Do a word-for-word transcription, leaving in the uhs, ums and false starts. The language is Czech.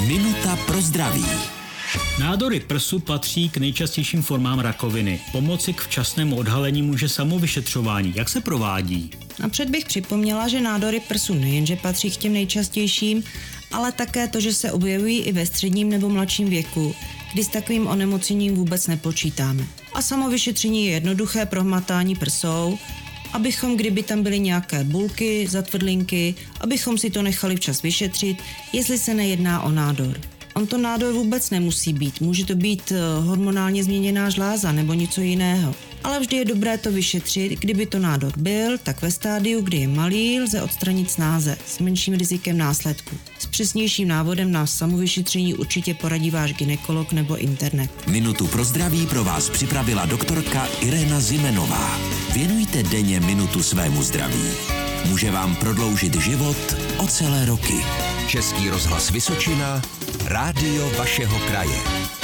Minuta pro zdraví. Nádory prsu patří k nejčastějším formám rakoviny. Pomoci k včasnému odhalení může samovyšetřování. Jak se provádí? Napřed bych připomněla, že nádory prsu nejenže patří k těm nejčastějším, ale také to, že se objevují i ve středním nebo mladším věku, kdy s takovým onemocněním vůbec nepočítáme. A samovyšetření je jednoduché prohmatání prsou, abychom, kdyby tam byly nějaké bulky, zatvrdlinky, abychom si to nechali včas vyšetřit, jestli se nejedná o nádor. On to nádor vůbec nemusí být, může to být hormonálně změněná žláza nebo něco jiného. Ale vždy je dobré to vyšetřit, kdyby to nádor byl, tak ve stádiu, kdy je malý, lze odstranit snáze s menším rizikem následků. S přesnějším návodem na samovyšetření určitě poradí váš gynekolog nebo internet. Minutu pro zdraví pro vás připravila doktorka Irena Zimenová. Věnujte denně minutu svému zdraví. Může vám prodloužit život o celé roky. Český rozhlas Vysočina, rádio vašeho kraje.